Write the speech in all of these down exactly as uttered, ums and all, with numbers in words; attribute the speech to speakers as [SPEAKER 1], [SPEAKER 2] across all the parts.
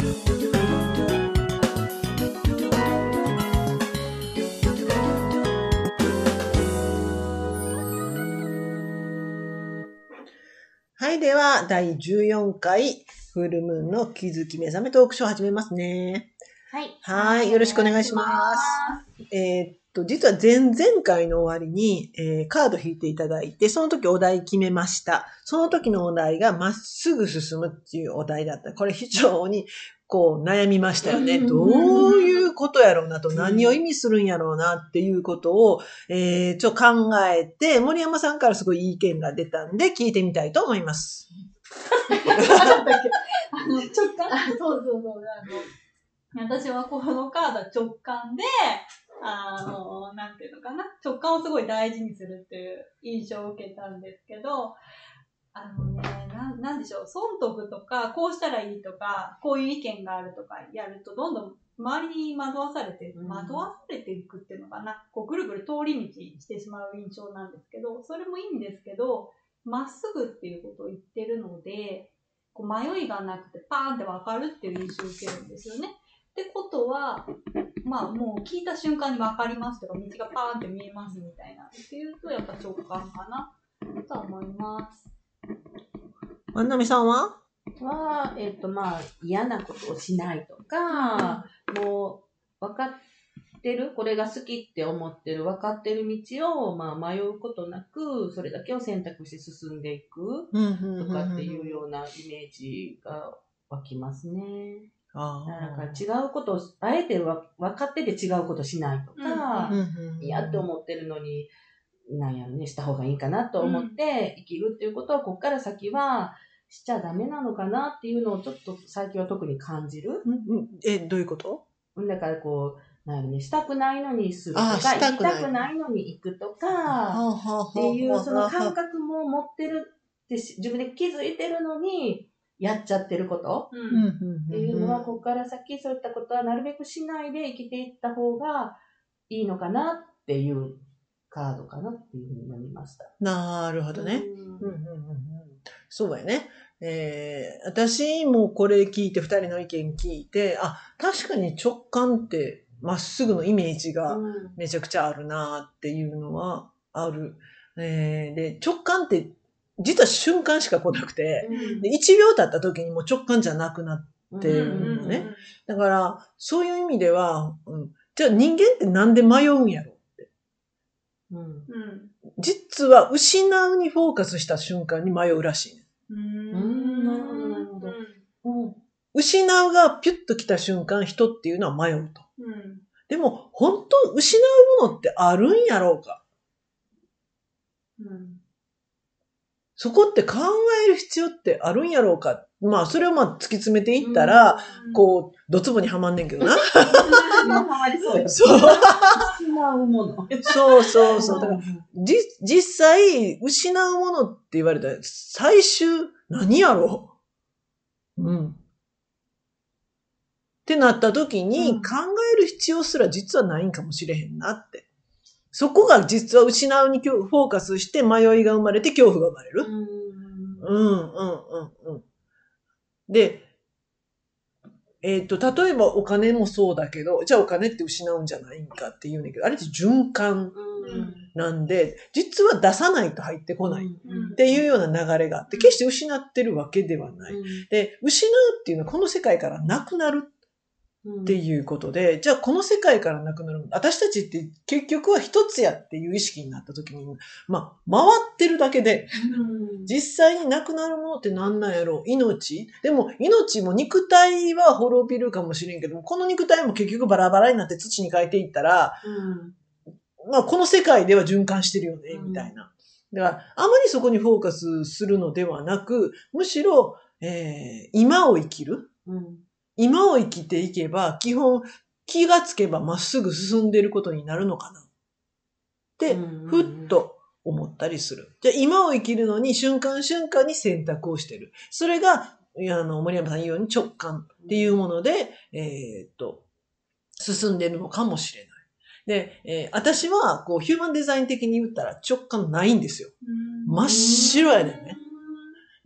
[SPEAKER 1] はい、では、だいじゅうよんかい、フルムーンの気づき目覚めトークショーを始めますね。
[SPEAKER 2] はい。
[SPEAKER 1] はい、よろしくお願いします。えー、っと、実は前々回の終わりに、えー、カード引いていただいて、その時お題決めました。その時のお題がまっすぐ進むっていうお題だった。これ非常にこう悩みましたよね。どういうことやろうなと、何を意味するんやろうなっていうことを、えー、ちょっと考えて、森山さんからすごいいい意見が出たんで聞いてみたいと思います。
[SPEAKER 2] あの直感あそうそうそうあの私はこのカードは直感であのなんていうのかな直感をすごい大事にするっていう印象を受けたんですけどあのねななんでしょう損得とかこうしたらいいとかこういう意見があるとかやるとどんどん周りに惑わされて惑わされていくっていうのかなこうぐるぐる通り道してしまう印象なんですけどそれもいいんですけどまっすぐっていうことを言ってるのでこう迷いがなくてパーンって分かるっていう印象を受けるんですよね。ってことは、まあもう聞いた瞬間に分かりますとか道がパーンって見えますみたいなっていうとやっぱ直感かなと思います。
[SPEAKER 1] 万波さんは
[SPEAKER 3] は、えっとまあ嫌なことをしないとか、うん、もう分かってるこれが好きって思ってる分かってる道を、まあ、迷うことなくそれだけを選択して進んでいくとかっていうようなイメージが湧きますね。あなんか違うことをあえてわ分かってて違うことしないとか、嫌、うん、って思ってるのになんやろねした方がいいかなと思って生きるっていうことはここから先はしちゃダメなのかなっていうのをちょっと最近は特に感じる。
[SPEAKER 1] えどういうこと？
[SPEAKER 3] だからこうなんやろね、したくないのにするとか、行きたくないのに行くとか、っていうその感覚も持ってるって自分で気づいてるのにやっちゃってることっていうのは、ここから先そういったことはなるべくしないで生きていった方がいいのかなっていうカードかなっていうふうに読みました。
[SPEAKER 1] なるほどね。そうやね。えー、私もこれ聞いて、二人の意見聞いて、あ、確かに直感ってまっすぐのイメージがめちゃくちゃあるなっていうのはある。えー、で、直感って実は瞬間しか来なくて、うん、でいちびょう経った時にもう直感じゃなくなってるのね。だから、そういう意味では、うん、じゃあ人間ってなんで迷うんやろって。うん、実は失うにフォーカスした瞬間に迷うらしいね。うーん、なるほど、なるほど。うん、失うがピュッと来た瞬間、人っていうのは迷うと。うん、でも、本当、失うものってあるんやろうか。うん、そこって考える必要ってあるんやろうか。まあ、それをまあ突き詰めていったら、うん、こう、ドツボにはまんねんけどな。
[SPEAKER 3] はまりそうや。そう。失うもの。
[SPEAKER 1] そうそうそう。だから、じ、実際、失うものって言われたら、最終、何やろう。うん。ってなった時に、考える必要すら実はないんかもしれへんなって。そこが実は失うにフォーカスして迷いが生まれて恐怖が生まれる。うんうんうんうんうん。で、えっと、例えばお金もそうだけど、じゃあお金って失うんじゃないんかって言うんだけど、あれって循環なんで、実は出さないと入ってこないっていうような流れがあって、決して失ってるわけではない。で、失うっていうのはこの世界からなくなるっていうことで、じゃあこの世界からなくなる。私たちって結局は一つやっていう意識になった時に、まあ、回ってるだけで、実際になくなるものって何なんやろう？命？でも命も肉体は滅びるかもしれんけど、この肉体も結局バラバラになって土に変えていったら、うん、まあこの世界では循環してるよね、みたいな。だから、あまりそこにフォーカスするのではなく、むしろ、えー、今を生きる。うん今を生きていけば、基本気がつけばまっすぐ進んでいることになるのかなって、ふっと思ったりする。じゃあ今を生きるのに瞬間瞬間に選択をしてる。それが、あの、森山さん言うように直感っていうもので、えー、っと、進んでいるのかもしれない。で、えー、私は、こう、ヒューマンデザイン的に言ったら直感ないんですよ。真っ白やねんね。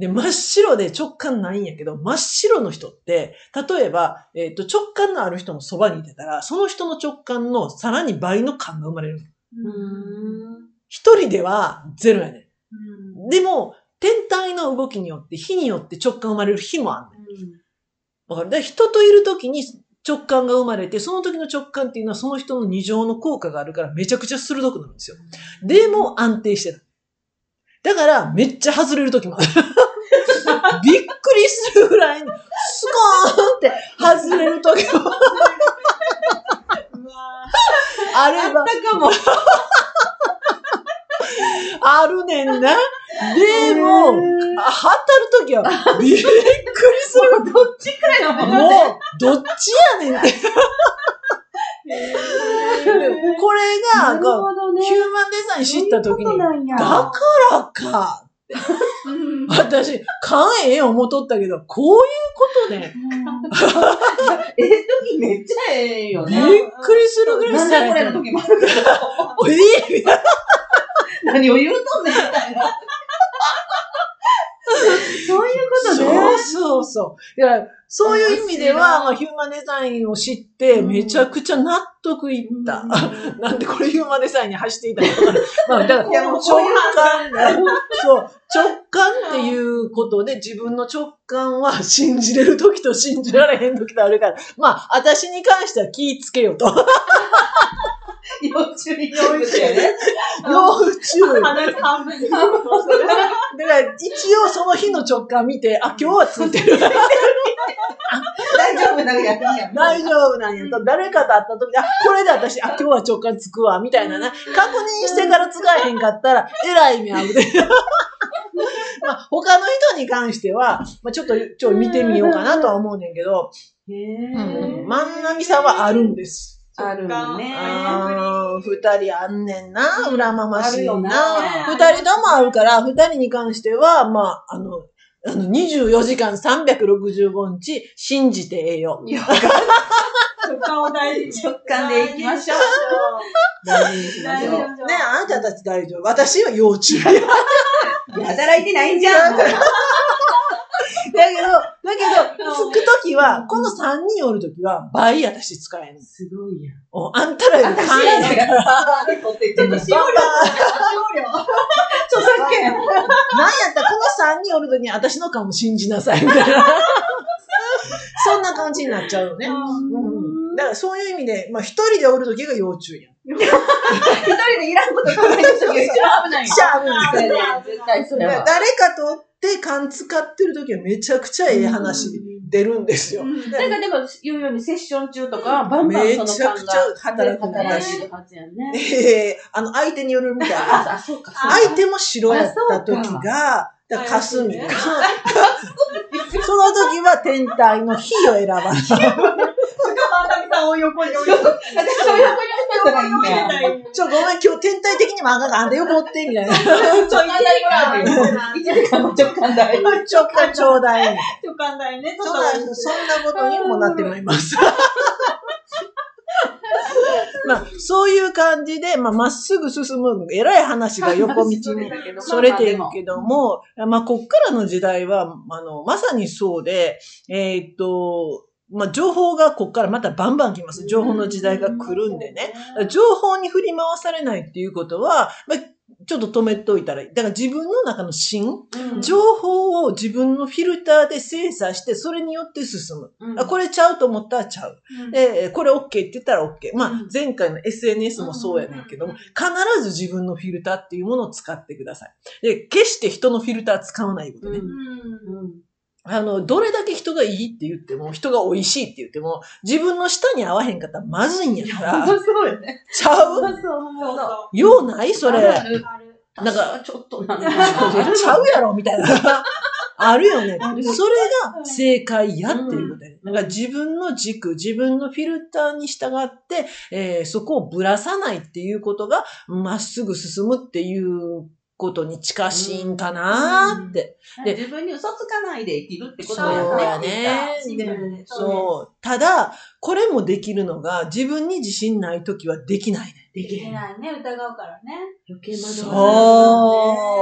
[SPEAKER 1] で、真っ白で直感ないんやけど、真っ白の人って、例えば、えっと、直感のある人のそばにいてたら、その人の直感のさらに倍の感が生まれる。一人ではゼロやねん。でも、天体の動きによって、日によって直感生まれる日もあるねん。わかる？だから人といるときに直感が生まれて、その時の直感っていうのはその人の二乗の効果があるからめちゃくちゃ鋭くなるんですよ。でも安定してる。だからめっちゃ外れる時もある。びっくりするぐらいにスコーンって外れる時もあれば。
[SPEAKER 3] あったかも。
[SPEAKER 1] あるねんな。でも、当たるときはびっくりする。
[SPEAKER 3] どっちかよ、もう。
[SPEAKER 1] もう、どっちやねんって。これが、
[SPEAKER 3] なるほどね、
[SPEAKER 1] ヒューマンデザイン知ったときに、だからかって。私、勘ええ思っとったけど、こういうことね。
[SPEAKER 3] ええ時めっちゃええよね。
[SPEAKER 1] びっくりするぐらい
[SPEAKER 3] なんだこれの時もあるけど。
[SPEAKER 1] ええみたいな。
[SPEAKER 3] 何を言うとんねんみたいな。そういうことね。
[SPEAKER 1] そうそうそう。だからそういう意味では、まあ、ヒューマンデザインを知って、めちゃくちゃ納得いった。うん、なんでこれヒューマンデザインに走っていたのかな。まあ、だから直感、そう、直感っていうことで自分の直感は信じれるときと信じられへんときとあるから、まあ、私に関しては気ぃつけようと。
[SPEAKER 3] 要注意。要注意ね。
[SPEAKER 1] 要注意。
[SPEAKER 2] 話半分に。だ
[SPEAKER 1] から一応その日の直感見て、あ、今日はついてる。
[SPEAKER 3] 大丈夫なんや。
[SPEAKER 1] 大丈夫なんやと。誰かと会った時、あ、これで私、あ、今日は直感つくわ、みたいなね。確認してから使えへんかったら、えらい目合うで。まあ、他の人に関しては、まあ、ちょっと、ちょっと見てみようかなとは思うねんけど、へー。万波さんはあるんです。
[SPEAKER 3] あるね。
[SPEAKER 1] あ二人あんねんな。裏まましいな。二人ともあるから、二人に関しては、まあ、あの、あの、にじゅうよじかんさんびゃくろくじゅうごにち信じてええよ。
[SPEAKER 2] 直感を大事に。
[SPEAKER 3] 直感でいきましょう。大事にしましょう。ね、
[SPEAKER 1] あなたたち大丈夫。私は要注意。
[SPEAKER 3] 働いてないんじゃん。
[SPEAKER 1] だけど、だけど、つくときは、このさんにんおるときは、倍私使える。
[SPEAKER 3] すごいやん。
[SPEAKER 1] お、あんたらより簡易だから。
[SPEAKER 3] ちょっと使用量。使用量。著作権。なんや
[SPEAKER 1] ったら、このさんにんおるときに私の顔も信じなさい、みたいな。そんな感じになっちゃうよね。うん。だからそういう意味で、まあ一人でおるときが要注意やん。
[SPEAKER 3] 一人でいらんこと考えるときが一番危ないよ。
[SPEAKER 1] 一番危ない。
[SPEAKER 3] 絶対それは。
[SPEAKER 1] 誰かとって勘使ってるときはめちゃくちゃええ話出るんですよ。
[SPEAKER 3] なんかでも言うようにセッション中とか、バンバンその
[SPEAKER 1] めちゃくちゃ働く
[SPEAKER 3] 働いてるはずやね。
[SPEAKER 1] ええあの相手によるみたいな。
[SPEAKER 3] あ、そうか。
[SPEAKER 1] 相手も白やったときが、霞。その時は天体の日を選ばない。
[SPEAKER 2] しかも、あたみさんを横に置いて。私を横に置いてたい。
[SPEAKER 1] ちょ、ごめん、今日天体的にもあかんから、あんた横おって、みたいな。
[SPEAKER 3] 直感代ぐらい。いちじかんの直感代。
[SPEAKER 1] 直感ちょうだい。
[SPEAKER 2] 直感代ね。
[SPEAKER 1] そんな、そんなことにもなってまいります。まあ、そういう感じで、まあ、まっすぐ進む、えらい話が横道にそれていくけども、まあ、こっからの時代は、あの、まさにそうで、えー、っと、まあ、情報がこっからまたバンバン来ます。情報の時代が来るんでね。情報に振り回されないっていうことは、まあちょっと止めといたらいい。だから自分の中の芯、うん、情報を自分のフィルターで精査して、それによって進む。うん、あこれちゃうと思ったらちゃう。うん、で、これ OK って言ったら OK。まあ、前回の エスエヌエス もそうやねんけども、必ず自分のフィルターっていうものを使ってください。で、決して人のフィルター使わないことね。うんうんあの、どれだけ人がいいって言っても、人が美味しいって言っても、自分の舌に合わへんかったらまずいんやから。
[SPEAKER 3] そうよね。
[SPEAKER 1] ちゃう
[SPEAKER 3] そうそう
[SPEAKER 1] ようないそれ。
[SPEAKER 3] あるあるなんか、ちょっとなんか、
[SPEAKER 1] ちゃうやろみたいな。あるよね。それが正解やっていうことやね。だから自分の軸、自分のフィルターに従って、えー、そこをぶらさないっていうことが、まっすぐ進むっていうことに近しいんかなーって。
[SPEAKER 3] で自分に嘘つかないで生きるってこと
[SPEAKER 1] だよね。でそう。ただ、これもできるのが、自分に自信ないときはできないね。
[SPEAKER 2] できないね。疑うからね。
[SPEAKER 3] 余計惑わ
[SPEAKER 1] そう。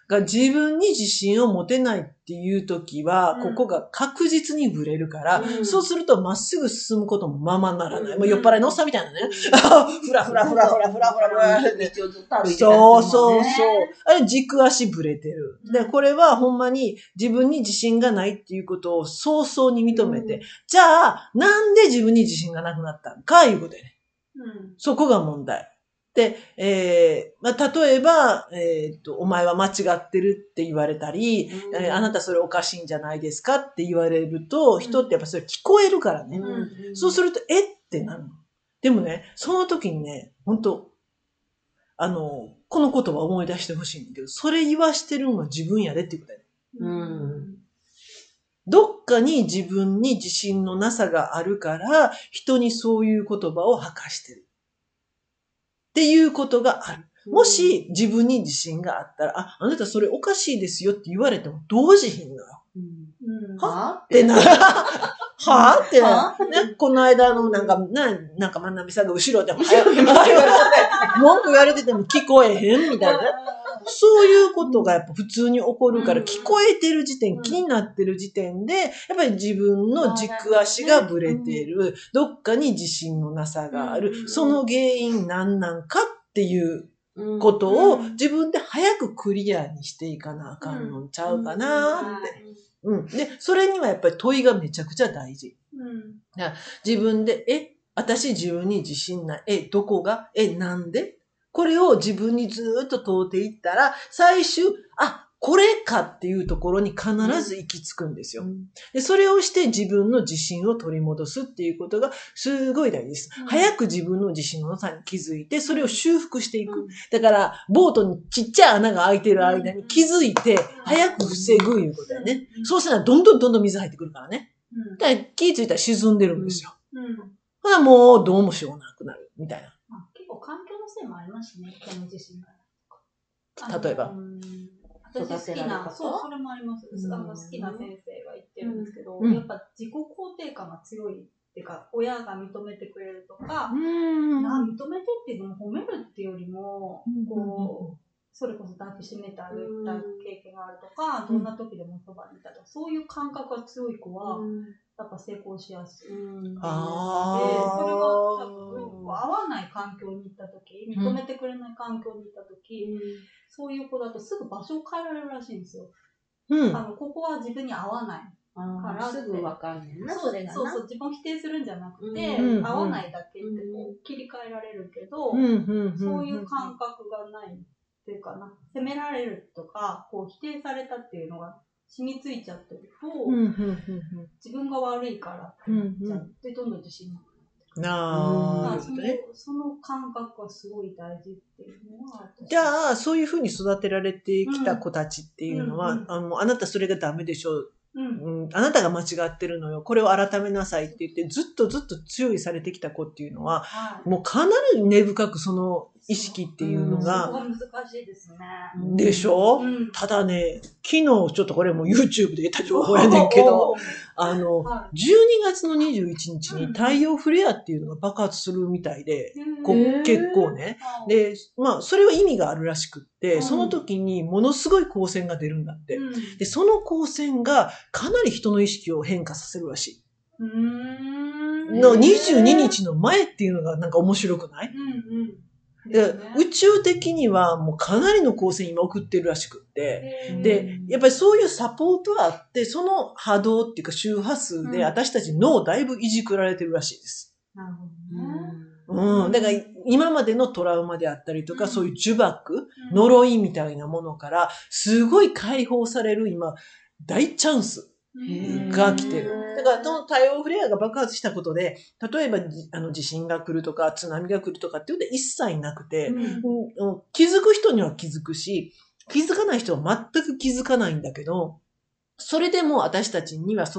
[SPEAKER 1] が自分に自信を持てないっていう時は、
[SPEAKER 2] うん
[SPEAKER 1] ここが確実にブレるから、
[SPEAKER 3] うん
[SPEAKER 1] そうするとまっすぐ進むこともままならない。
[SPEAKER 3] うん
[SPEAKER 1] もう酔っ払いのおっさんみたいなね。ふらふらふらふらふらふらふらって。
[SPEAKER 3] 道をずっと歩いてたりする
[SPEAKER 1] そう
[SPEAKER 3] もんね
[SPEAKER 1] そうそう。あれ軸足ぶれてる。で、これはほんまに自分に自信がないっていうことを早々に認めて、
[SPEAKER 3] うん
[SPEAKER 1] じゃあ、なんで自分に自信がなくなったんかいうことやね。
[SPEAKER 2] うん。
[SPEAKER 1] そこが問題。で、えーまあ、例えば、えっと、お前は間違ってるって言われたり、
[SPEAKER 3] うん
[SPEAKER 1] えーあなたそれおかしいんじゃないですかって言われると、人ってやっぱそれ聞こえるからね。
[SPEAKER 3] うん
[SPEAKER 1] そうすると、えってなるの。でもね、その時にね、本当あの、この言葉を思い出してほしいんだけど、それ言わしてるのは自分やでっていうことやね。
[SPEAKER 3] うん
[SPEAKER 1] どっかに自分に自信のなさがあるから、人にそういう言葉を吐かしてる。っていうことがある。もし自分に自信があったら、あ、あなたそれおかしいですよって言われてもどうしひんのよ。
[SPEAKER 3] うん
[SPEAKER 2] うん。
[SPEAKER 3] は
[SPEAKER 1] ってな、はぁって
[SPEAKER 3] は
[SPEAKER 1] ね、この間のなんか、な、なんか万波さんが後ろでも、はや文句言われてても聞こえへんみたいなね。そういうことがやっぱ普通に起こるから、
[SPEAKER 2] うん
[SPEAKER 1] 聞こえてる時点、
[SPEAKER 2] うん
[SPEAKER 1] 気になってる時点で、やっぱり自分の軸足がぶれてる、どっかに自信のなさがある、
[SPEAKER 2] うん
[SPEAKER 1] その原因何なんかっていう
[SPEAKER 3] うん
[SPEAKER 1] ことを
[SPEAKER 2] うん
[SPEAKER 1] 自分で早くクリアにしていかなあかんのちゃうかなって。うん。で、それにはやっぱり問いがめちゃくちゃ大事。
[SPEAKER 2] うん。
[SPEAKER 1] 自分で、え、私自分に自信ない。え、どこがえ、なんでこれを自分にずーっと問うていったら、最終、あ、これかっていうところに必ず行き着くんですよ。で、それをして自分の自信を取り戻すっていうことがすごい大事です。
[SPEAKER 2] うん
[SPEAKER 1] 早く自分の自信のなさに気づいて、それを修復していく。
[SPEAKER 3] うん
[SPEAKER 1] だから、ボートにちっちゃい穴が開いてる間に気づいて、早く防ぐいうことだよね。
[SPEAKER 2] うん
[SPEAKER 1] そうしたらどんどんどんどん水入ってくるからね。
[SPEAKER 2] うん。
[SPEAKER 1] だから気づいたら沈んでるんですよ。
[SPEAKER 2] うん。
[SPEAKER 1] ほなもうどうもしようもなくなる。みたいな。
[SPEAKER 2] まあ、結構環境のせいもありますしね、この自信がない。
[SPEAKER 1] 例えば
[SPEAKER 2] あのうん私好きな、そう、それもあります。
[SPEAKER 3] うん
[SPEAKER 2] あの好きな先生が言ってるんですけど、
[SPEAKER 1] うん
[SPEAKER 2] やっぱ自己肯定感が強いっていうか、親が認めてくれるとか、
[SPEAKER 1] ん
[SPEAKER 2] な認めてっていうのも褒めるっていうよりも、こう、それこそ抱きしめてあげた経験があるとか、
[SPEAKER 1] うん
[SPEAKER 2] どんな時でもそばにいたとか、そういう感覚が強い子は、やっぱ成功しやすい。で、
[SPEAKER 1] あー
[SPEAKER 2] それは多分、合わない環境に行った時、認めてくれない環境に行った時、そういう子だとすぐ場所を変えられるらしいんですよ。
[SPEAKER 1] うん。
[SPEAKER 2] あの、ここは自分に合わない。
[SPEAKER 3] からすぐわかんねんな、
[SPEAKER 2] そう
[SPEAKER 3] それがな。
[SPEAKER 2] そうそう、自分を否定するんじゃなくて、
[SPEAKER 1] うん
[SPEAKER 2] 合わないだけってこう切り替えられるけど、
[SPEAKER 1] うんうん
[SPEAKER 2] そういう感覚がないっていうかな、責められるとか、こう否定されたっていうのが染みついちゃってると、
[SPEAKER 1] うんうんうん
[SPEAKER 2] 自分が悪いからってなっちゃって、どんどん自信がなくなってくる。
[SPEAKER 1] なるほ
[SPEAKER 2] その
[SPEAKER 1] どね。
[SPEAKER 2] その感覚はすごい大事っていうのは私
[SPEAKER 1] じゃあ、そういうふうに育てられてきた子たちっていうのは、
[SPEAKER 2] うんうん
[SPEAKER 1] あの、あなたそれがダメでしょう。
[SPEAKER 2] うん
[SPEAKER 1] うん、あなたが間違ってるのよ。これを改めなさいって言って、ずっとずっと注意されてきた子っていうのは、
[SPEAKER 2] はい、
[SPEAKER 1] もうかなり根深くその意識っていうの
[SPEAKER 2] そこ
[SPEAKER 1] が、
[SPEAKER 2] が難しいですね。
[SPEAKER 1] でしょ、
[SPEAKER 2] うん
[SPEAKER 1] ただね、昨日ちょっとこれも YouTube で得た情報やねんけど、あの、
[SPEAKER 2] はい
[SPEAKER 1] じゅうにがつのにじゅういちにちに太陽フレアっていうのが爆発するみたいで、こ
[SPEAKER 2] うん
[SPEAKER 1] う結構ね。で、まあ、それは意味があるらしくって、
[SPEAKER 2] うん
[SPEAKER 1] その時にものすごい光線が出るんだって。
[SPEAKER 2] うん
[SPEAKER 1] で、その光線がかなり人の意識を変化させるらし
[SPEAKER 2] うーん
[SPEAKER 1] い。のにじゅうににちの前っていうのがなんか面白くない
[SPEAKER 2] うんうん
[SPEAKER 1] で宇宙的にはもうかなりの光線今送ってるらしくって。
[SPEAKER 2] へー
[SPEAKER 1] で、やっぱりそういうサポートがあって、その波動っていうか周波数で私たち脳をだいぶいじくられてるらしいです。
[SPEAKER 2] なるほどね。
[SPEAKER 1] うん。だから今までのトラウマであったりとか、
[SPEAKER 2] うん
[SPEAKER 1] そういう呪縛、
[SPEAKER 2] うん
[SPEAKER 1] 呪いみたいなものから、すごい解放される今、大チャンスが来てる。だから、その太陽フレアが爆発したことで、例えば、じあの地震が来るとか、津波が来るとかっていうのは一切なくて、
[SPEAKER 2] うん
[SPEAKER 1] うんうん気づく人には気づくし、気づかない人は全く気づかないんだけど、それでも私たちにはその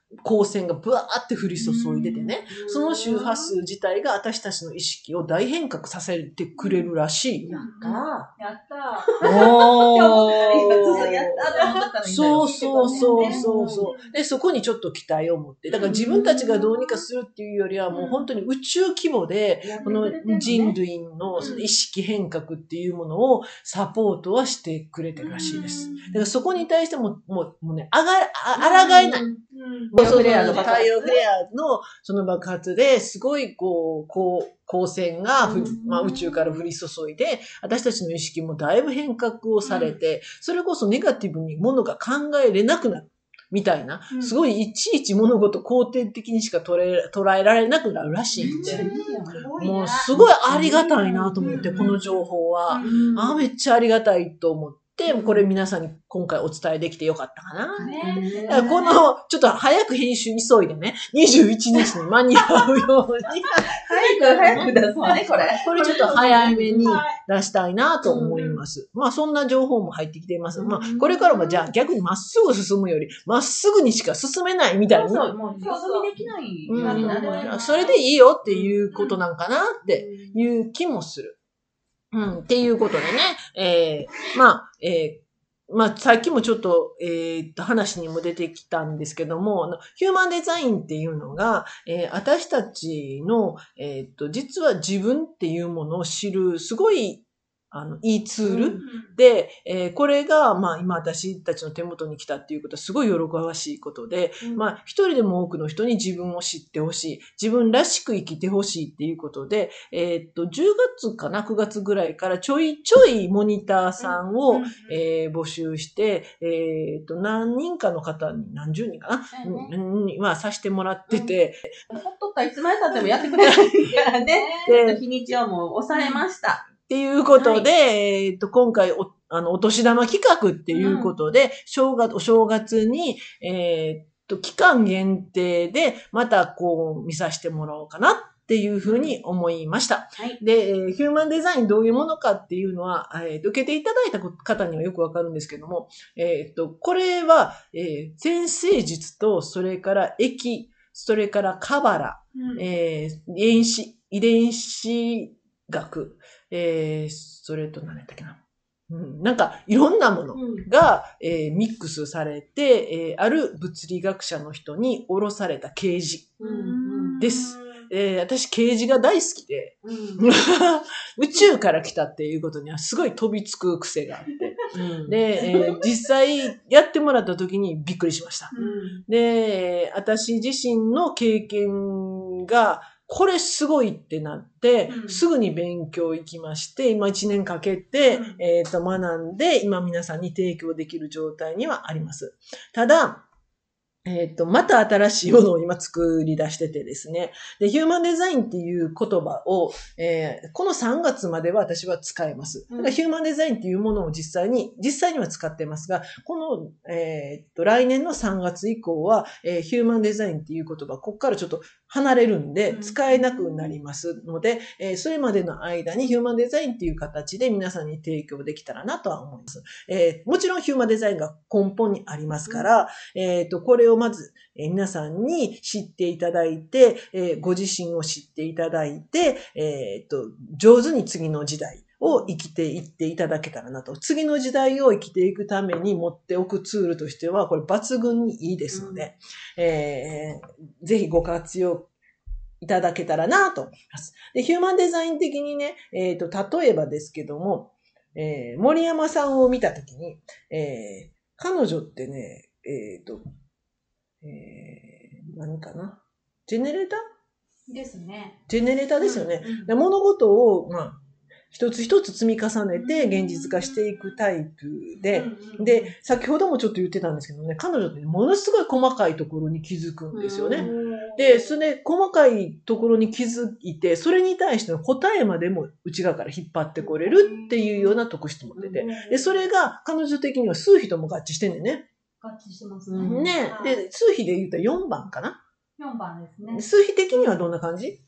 [SPEAKER 1] 光線がブワーって降り注いでてね、その周波数自体が私たちの意識を大変革させてくれるらしい。
[SPEAKER 3] やったー。
[SPEAKER 2] やったー。
[SPEAKER 1] お
[SPEAKER 3] ー。やったーと思ったのに。
[SPEAKER 1] そうそうそうそうそう。で、そこにちょっと期待を持って。だから自分たちがどうにかするっていうよりは、もう本当に宇宙規模で、この人類のその意識変革っていうものをサポートはしてくれてるらしいです。だからそこに対しても、もう、もうね、あが、あ、抗えない。
[SPEAKER 3] 太陽フレアの
[SPEAKER 1] 太陽フレアのその爆発ですごいこう、こう、光線が、まあ、宇宙から降り注いで、私たちの意識もだいぶ変革をされて、それこそネガティブにものが考えれなくなる。みたいな、すごいいちいち物事肯定的にしか捉え、捉えられなくなるらしいんで、もうすごいありがたいなと思って、この情報は。あ、めっちゃありがたいと思って。で、これ皆さんに今回お伝えできてよかったかな。ね、この、ちょっと早く編集急いでね、にじゅういちにちに間に合うように。
[SPEAKER 3] 早く早く出すね、これ。
[SPEAKER 1] これちょっと早めに出したいなと思います。まあそんな情報も入ってきています。まあこれからもじゃあ逆にまっすぐ進むより、まっすぐにしか進めないみたいな。
[SPEAKER 3] そうそう、もう進みできないようになる。
[SPEAKER 1] それでいいよっていうことなんかなっていう気もする。うん、っていうことでね、えー、まあ、えー、まあ、さっきもちょっと、えー、と、話にも出てきたんですけども、ヒューマンデザインっていうのが、えー、私たちの、えー、と、実は自分っていうものを知る、すごい、あの、いいツール、うん、で、えー、これが、まあ、今私たちの手元に来たっていうことはすごい喜ばしいことで、うん、まあ、一人でも多くの人に自分を知ってほしい、自分らしく生きてほしいっていうことで、えっと、じゅうがつかな、くがつぐらいからちょいちょいモニターさんを、うん、えー、募集して、えっと、何人かの方に、何十人かな、うん、に、まあ、させてもらってて、
[SPEAKER 3] うん、ほっとったらいつまで経ってもやってくれないからね、で日にちはもう抑えました。
[SPEAKER 1] っていうことで、はい、えっと、今回お、あの、お年玉企画っていうことで、うん、正月、お正月に、えー、っと、期間限定で、またこう、見させてもらおうかなっていうふうに思いました。はい、で、えー、ヒューマンデザインどういうものかっていうのは、えー、受けていただいた方にはよくわかるんですけども、えー、っと、これは、えー、占星術と、それから液、それからカバラ、うん、えー、遺伝子、遺伝子学、えー、それと何やったっけな。うん、なんか、いろんなものが、うんえー、ミックスされて、えー、ある物理学者の人に下ろされた啓示です。えー、私、啓示が大好きで、うん、宇宙から来たっていうことにはすごい飛びつく癖があって。うん、で、えー、実際やってもらった時にびっくりしました。うん、で、私自身の経験が、これすごいってなって、うん、すぐに勉強行きまして、今一年かけて、うん、えっと、学んで、今皆さんに提供できる状態にはあります。ただ、えっと、また新しいものを今作り出しててですね。で、ヒューマンデザインっていう言葉を、えー、このさんがつまでは私は使えます。だからヒューマンデザインっていうものを実際に、実際には使ってますが、この、えー、っと、来年のさんがつ以降は、えー、ヒューマンデザインっていう言葉、ここからちょっと離れるんで、使えなくなりますので、えー、それまでの間にヒューマンデザインっていう形で皆さんに提供できたらなとは思います。えー、もちろんヒューマンデザインが根本にありますから、えー、っと、これをまず、えー、皆さんに知っていただいて、えー、ご自身を知っていただいて、えー、っと、上手に次の時代を生きていっていただけたらなと。次の時代を生きていくために持っておくツールとしては、これ抜群にいいですので、うん、えー、ぜひご活用いただけたらなと思います。で、ヒューマンデザイン的にね、えっと、例えばですけども、えー、森山さんを見たときに、えー、彼女ってね、えっと、えー、何かなジェネレータ
[SPEAKER 2] ーですね。
[SPEAKER 1] ジェネレーターですよね。うんうん、で物事を、まあ、一つ一つ積み重ねて現実化していくタイプで、で、先ほどもちょっと言ってたんですけどね、彼女ってものすごい細かいところに気づくんですよね。で、それで細かいところに気づいて、それに対しての答えまでも内側から引っ張ってこれるっていうような特質を持ってて、で、それが彼女的には数比とも合致してんねんね。
[SPEAKER 2] 合致してますね。
[SPEAKER 1] ね。で、数比で言うとよんばんかな。
[SPEAKER 2] よんばんですね。
[SPEAKER 1] 数比的にはどんな感じ？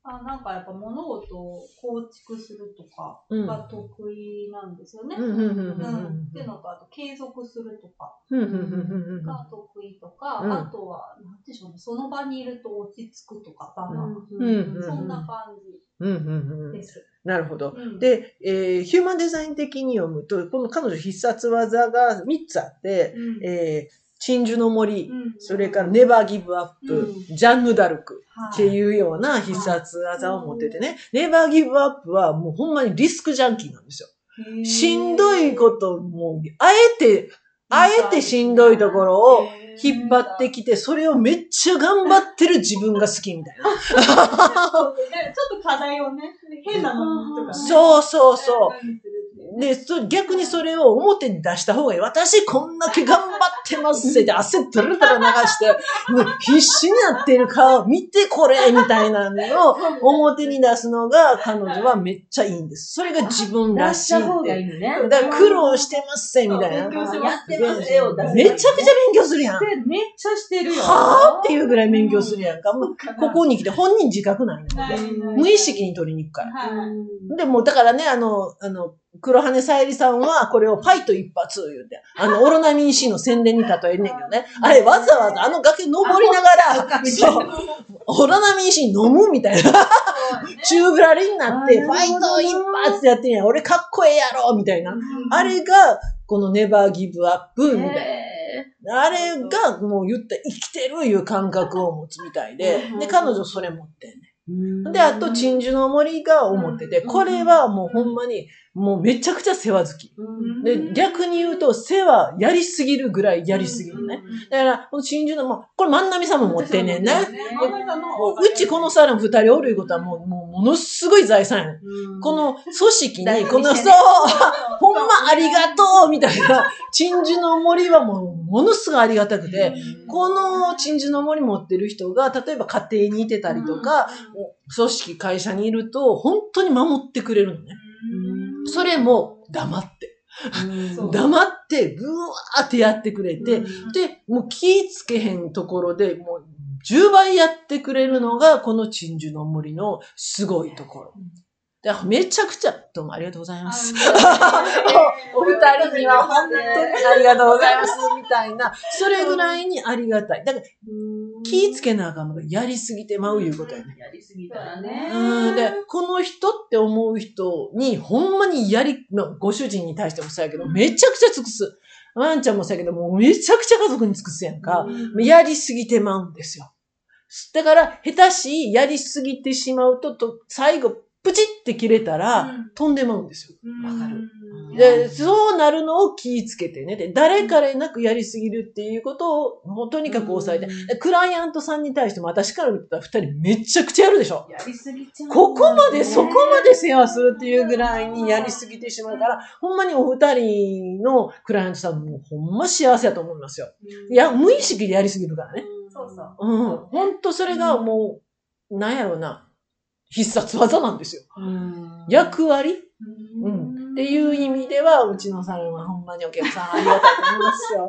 [SPEAKER 2] あ、なんかやっぱ物事を構築するとかが得意なんですよね。
[SPEAKER 1] うんうんうんうん
[SPEAKER 2] うんっていうのと、あと継続するとか
[SPEAKER 1] うんうんうんうん
[SPEAKER 2] が得意とか、
[SPEAKER 1] うん
[SPEAKER 2] あとは、なんでしょうね、その場にいると落ち着くとか、場が、
[SPEAKER 1] うんうん
[SPEAKER 2] そんな感
[SPEAKER 1] うんうんうん
[SPEAKER 2] じです。
[SPEAKER 1] なるほど。
[SPEAKER 2] うん
[SPEAKER 1] で、えーヒューマンデザイン的に読むと、この彼女必殺技がみっつあって、
[SPEAKER 2] うん
[SPEAKER 1] えー鎮守の森、
[SPEAKER 2] うん
[SPEAKER 1] それからネバーギブアップ、
[SPEAKER 3] う
[SPEAKER 1] ジャンヌ・ダルク
[SPEAKER 2] はい
[SPEAKER 1] っていうような必殺技を持っててね、ネバーギブアップはもうほんまにリスクジャンキーなんですよ。しんどいことも、あえて、あえてしんどいところを引っ張ってきて、それをめっちゃ頑張ってる自分が好きみたいな。
[SPEAKER 2] ちょっと課題をね、変なのとかね。
[SPEAKER 1] そうそうそう。
[SPEAKER 2] 何するっていう
[SPEAKER 1] で、そ逆にそれを表に出した方がいい。私こんだけ頑張ってますって汗トルトル流して、もう必死になってる顔見てこれみたいなのを表に出すのが彼女はめっちゃいいんです。それが自分らしいっ
[SPEAKER 3] 出した方がい
[SPEAKER 1] て。
[SPEAKER 3] いのね。
[SPEAKER 1] だから苦労してますみたいな。
[SPEAKER 2] 勉強してます
[SPEAKER 3] やってますよ、出せばいい
[SPEAKER 1] めちゃくちゃ勉強するやん。
[SPEAKER 3] めっちゃしてるよ。
[SPEAKER 1] はぁっていうぐらい勉強するやんか。もうここに来て本人自覚ないので。
[SPEAKER 2] ないない
[SPEAKER 1] 無意識に取りに行くから。
[SPEAKER 2] はい。
[SPEAKER 1] でも、だからね、あの、あの、黒羽さゆりさんは、これをファイト一発言うて、あの、オロナミン C の宣伝に例えんねんけどね。あれ、わざわざあの崖登りながら、そう、オロナミン C 飲むみたいな。チューブラリになって、ファイト一発ってやってんやん。俺かっこええやろみたいな。あれが、このネバーギブアップみたいな。あれが、もう言った生きてるいう感覚を持つみたいで、で、彼女それ持ってんねん。で、あと、鎮守の森が思ってて、これはもうほんまに、もうめちゃくちゃ世話好き。で、逆に言うと、世話やりすぎるぐらいやりすぎるね。だから、この鎮守の、もう、これ万波さんも持ってんねんね。もううちこのサロン二人おるいうことはもう、もうものすごい財産やねん。この組織に、この、そう、ほんまありがとうみたいな、鎮守の森はもう、ものすごいありがたくて、この鎮守の森持ってる人が、例えば家庭にいてたりとか、組織、会社にいると、本当に守ってくれるのね。それも黙って。黙って、ぐわーってやってくれて、で、もう気ぃつけへんところで、もうじゅうばいやってくれるのが、この鎮守の森のすごいところ。だからめちゃくちゃ、どうもありがとうございます。お二人には本当にありがとうございます、みたいな。それぐらいにありがたい。だから、気ぃつけなあかんのがやりすぎてまういうことやね。
[SPEAKER 3] やりすぎたらね。
[SPEAKER 1] うん。で、この人って思う人に、ほんまにやり、まあ、ご主人に対してもそうやけど、めちゃくちゃ尽くす。ワンちゃんもそうやけど、もうめちゃくちゃ家族に尽くすやんか。やりすぎてまうんですよ。だから、下手し、やりすぎてしまうと、と最後、プチって切れたら、飛んでまうんですよ。わかる。で、そうなるのを気ぃつけてね。で、誰彼なくやりすぎるっていうことを、とにかく抑えて。でクライアントさんに対しても私から見てたら二人めちゃくちゃやるでしょ。
[SPEAKER 3] やりすぎちゃう。
[SPEAKER 1] ここまで、そこまで世話するっていうぐらいにやりすぎてしまうから、ほんまにお二人のクライアントさんもほんま幸せだと思いますよ。いや、無意識でやりすぎるからね。
[SPEAKER 2] そうそう。
[SPEAKER 1] うん。ほんとそれがもう、なんやろうな。必殺技なんですよ。役割、うん、っていう意味では、うちのサロンはほんまにお客さんありがたいと思いますよ。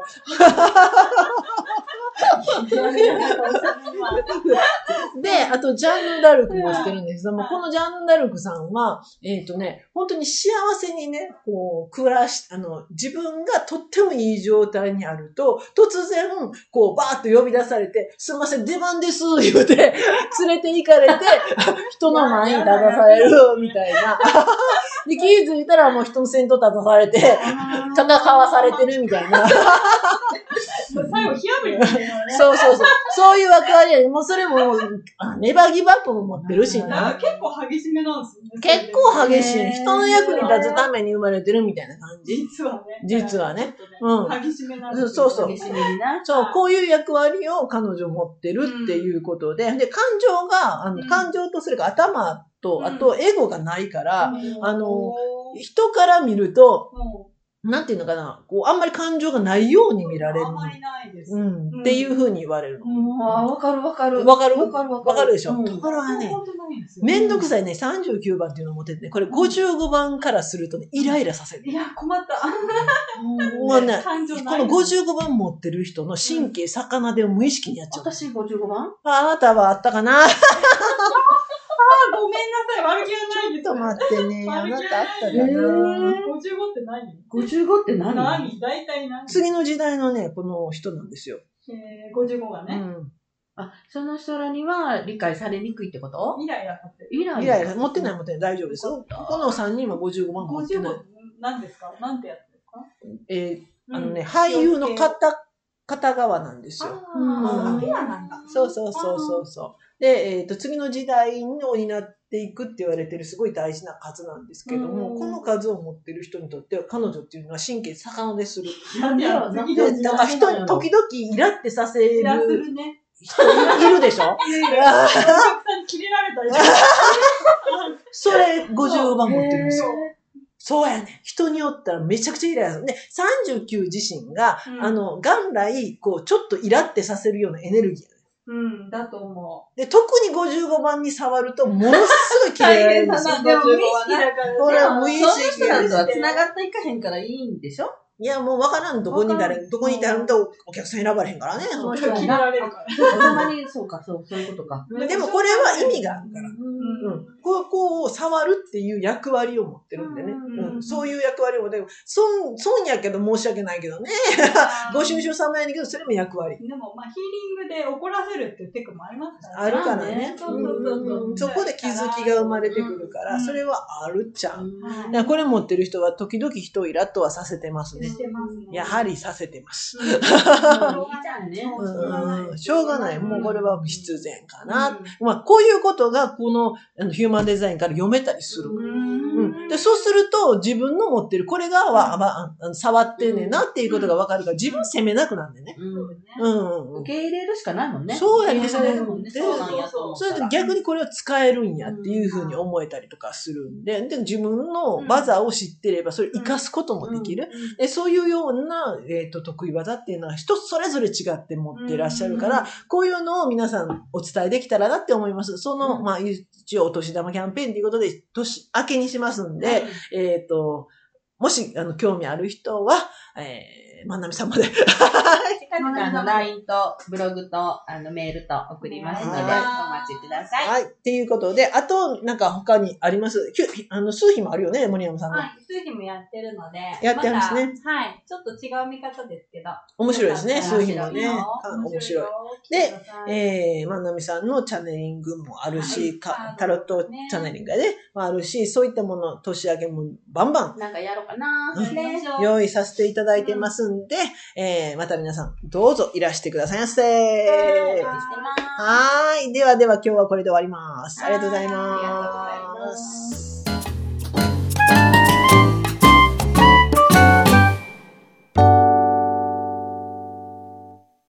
[SPEAKER 1] で、あと、ジャンヌ・ダルクもしてるんですけども、このジャンヌ・ダルクさんは、えっとね、本当に幸せにね、こう、暮らし、あの、自分がとってもいい状態にあると、突然、こう、バーッと呼び出されて、すいません、出番です、言うて、連れて行かれて、人の前に立たされる、みたいな。で、気づいたらもう人の先頭立たされて、戦わされてるみたいな。
[SPEAKER 2] 最後、火炙りだね。
[SPEAKER 1] そうそうそう。そういう役割や、もうそれも、ネバーギブアップも持ってるしな。
[SPEAKER 2] 結構激しめなんですよね。
[SPEAKER 1] 結構激しい。人の役に立つために生まれてるみたいな感じ。
[SPEAKER 2] 実はね。
[SPEAKER 1] 実はね。
[SPEAKER 2] うん。激しめなんですよ。
[SPEAKER 1] そうそう。
[SPEAKER 3] 激しめにな。
[SPEAKER 1] そう、こういう役割を彼女持ってるっていうことで、で、感情が、あの、感情とそれから頭と、あとエゴがないから、あの、人から見ると、なんていうのかな、こう、あんまり感情がないように見られる。
[SPEAKER 2] あんまりないです。
[SPEAKER 1] うん。っていう風に言われるの。
[SPEAKER 3] ああ、わかるわかる。
[SPEAKER 1] わかる
[SPEAKER 3] わかるわかる。
[SPEAKER 1] わかるでしょ。
[SPEAKER 3] うん、
[SPEAKER 1] ところがね、めんどくさいね、さんじゅうきゅうばんっていうのを持っててね、これごじゅうごばんからするとね、イライラさせる。
[SPEAKER 2] いや、困った。
[SPEAKER 1] もうね、このごじゅうごばん持ってる人の神経、魚で無意識にやっちゃう。
[SPEAKER 3] 私ごじゅうごばん？
[SPEAKER 1] あなたはあったかな
[SPEAKER 2] ご悪気はないです。
[SPEAKER 1] ちょっと待ってね。あなたあったか
[SPEAKER 3] え
[SPEAKER 1] な。
[SPEAKER 3] ー
[SPEAKER 2] ごじゅうごって何 ?
[SPEAKER 3] ごじゅうご って何？
[SPEAKER 2] 何大体何
[SPEAKER 1] 次の時代のね、この人なんですよ。
[SPEAKER 2] えー、ごじゅうごがね。
[SPEAKER 1] うん。
[SPEAKER 3] あ、その人らには理解されにくいってこと？
[SPEAKER 2] イライラさせる。
[SPEAKER 3] イラ
[SPEAKER 1] いやいや、持ってない持ってない。大丈夫ですよ。このさんにんはごじゅうごまん持ってない。
[SPEAKER 2] ごじゅうご何ですかなんてやつですか
[SPEAKER 1] えー、あのね、
[SPEAKER 2] うん
[SPEAKER 1] 俳優の片、片側なんですよ。
[SPEAKER 2] あー、ペアなんだ。
[SPEAKER 1] そうそうそうそうそう。で、えっと、次の時代を担っていくって言われてるすごい大事な数なんですけども、
[SPEAKER 2] うん
[SPEAKER 1] この数を持ってる人にとっては彼女っていうのは神経逆なでする。
[SPEAKER 2] なんでやろ次の
[SPEAKER 1] で、だから人に時々イラってさせ
[SPEAKER 2] イラす
[SPEAKER 1] る
[SPEAKER 2] るね。
[SPEAKER 1] 人いるでしょ。
[SPEAKER 2] いやいや、お客さんにキレられたりとか。
[SPEAKER 1] それごじゅうごばん持ってるんですよ。
[SPEAKER 3] へ
[SPEAKER 1] そうやね。人によったらめちゃくちゃイライラする。で、さんじゅうきゅう自身が、
[SPEAKER 2] うん
[SPEAKER 1] あの、元来、こう、ちょっとイラってさせるようなエネルギーやね。
[SPEAKER 2] うん、だと思
[SPEAKER 1] で、特にごじゅうごばんに触ると、ものすごい綺麗なんですよ。
[SPEAKER 2] う。でも無意識だから。
[SPEAKER 1] これは無意
[SPEAKER 3] その
[SPEAKER 1] 識
[SPEAKER 3] 人らとは
[SPEAKER 2] で
[SPEAKER 3] 繋がっていかへんからいいんでしょ？
[SPEAKER 1] いや、もうわからん。どこに誰
[SPEAKER 2] わか、ん
[SPEAKER 1] どこにいてはるんとお客さん選ばれへんからね。
[SPEAKER 2] そ
[SPEAKER 1] その
[SPEAKER 2] の人キレられるから。
[SPEAKER 3] ほんまに、そうか、そう、そういうことか。
[SPEAKER 1] でもこれは意味があるから。
[SPEAKER 3] うん
[SPEAKER 1] うん。ここを触るっていう役割を持ってるんでね。
[SPEAKER 2] うん
[SPEAKER 1] うん。そういう役割を持ってる。損、損やけど申し訳ないけどね。ご愁傷様やねんけど、それも役割。
[SPEAKER 2] でも、まあ、ヒーリングで怒らせるっていうテクもありますからね。
[SPEAKER 1] あるから
[SPEAKER 3] まあね
[SPEAKER 1] ね。
[SPEAKER 2] そうそうそうそう
[SPEAKER 1] うんそこで気づきが生まれてくるから、
[SPEAKER 2] うん
[SPEAKER 1] それはあるっちゃう。
[SPEAKER 3] うん
[SPEAKER 2] はい
[SPEAKER 1] だからこれ持ってる人は時々人をイラッとはさせてますね
[SPEAKER 2] し。てますね。
[SPEAKER 1] やはりさせてます。
[SPEAKER 2] うん、しょう
[SPEAKER 3] いいじゃんね
[SPEAKER 1] うんしょうがない。もうこれは必然かな。
[SPEAKER 2] うん
[SPEAKER 1] まあ、こういうことがこのあのヒューマンデザインから読めたりする。うん、でそうすると自分の持ってるこれがは、まあ、あの触ってんねんなっていうことが分かるから自分責めなくなんでね。
[SPEAKER 3] うん
[SPEAKER 2] そうね
[SPEAKER 1] うんうんうん
[SPEAKER 3] 受け入れるしかないもんね。
[SPEAKER 1] そうやね
[SPEAKER 3] 受け入れられるもんね。
[SPEAKER 1] そ
[SPEAKER 3] そううなんやと思っ
[SPEAKER 1] それで
[SPEAKER 3] たら。
[SPEAKER 1] 逆にこれを使えるんやっていうふうに思えたりとかするんで、で自分の技を知ってればそれを活かすこともできる。でそういうような、えー、と得意技っていうのは人それぞれ違って持ってらっしゃるから、こういうのを皆さんお伝えできたらなって思います。その、
[SPEAKER 3] うん
[SPEAKER 1] まあ、一応お年玉キャンペーンということで、年明けにしますんで、えっ、と、もし、あの、興味ある人は、えー、万波さんまで。
[SPEAKER 3] 近々あの ライン とブログとあのメールと送りますので、お
[SPEAKER 1] はい
[SPEAKER 3] 待ちください。
[SPEAKER 1] はい。っていうことで、あと、なんか他にありますきゅあの、数日もあるよね、森山さんの。
[SPEAKER 2] はい、数日もやってるので。
[SPEAKER 1] やってますね
[SPEAKER 2] まだはい。ちょっと違う見方ですけど。
[SPEAKER 1] 面白いですね、
[SPEAKER 2] よかったら
[SPEAKER 1] 数日もね。
[SPEAKER 2] 面
[SPEAKER 1] 面白い。
[SPEAKER 2] よ。
[SPEAKER 1] で
[SPEAKER 2] 来てください、
[SPEAKER 1] えー、万波さんのチャネリングもあるし、
[SPEAKER 2] はい
[SPEAKER 1] かタロットチャネリングがね、もあるし、そういったもの、年明けもバンバン
[SPEAKER 3] なんかやろうかな
[SPEAKER 1] うん
[SPEAKER 3] ね。
[SPEAKER 1] 用意させていただいてますんで、えー、また皆さん、どうぞいらしてくださいませ。
[SPEAKER 3] お待ちしてます。
[SPEAKER 1] はーい。ではでは今日はこれで終わります。ありがとうござい
[SPEAKER 3] はいありがとうござい
[SPEAKER 1] ま。
[SPEAKER 3] ます